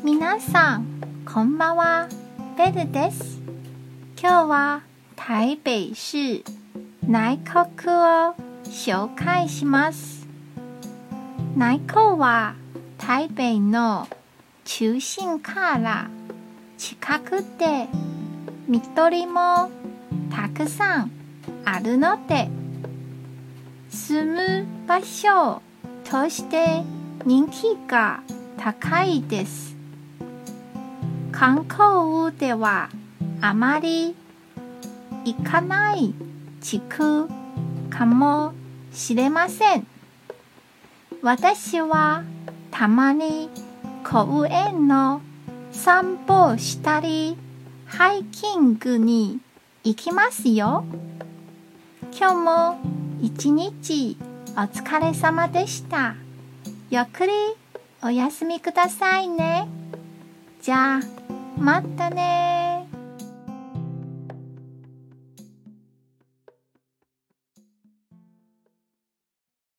皆さん、こんばんは。ベルです。今日は台北市内港区を紹介します。内港は台北の中心から近くて、緑もたくさんあるので、住む場所として人気が高いです。観光ではあまり行かない地区かもしれません。私はたまに公園の散歩したりハイキングに行きますよ。今日も一日お疲れ様でした。ゆっくりお休みくださいね。じゃあまたね。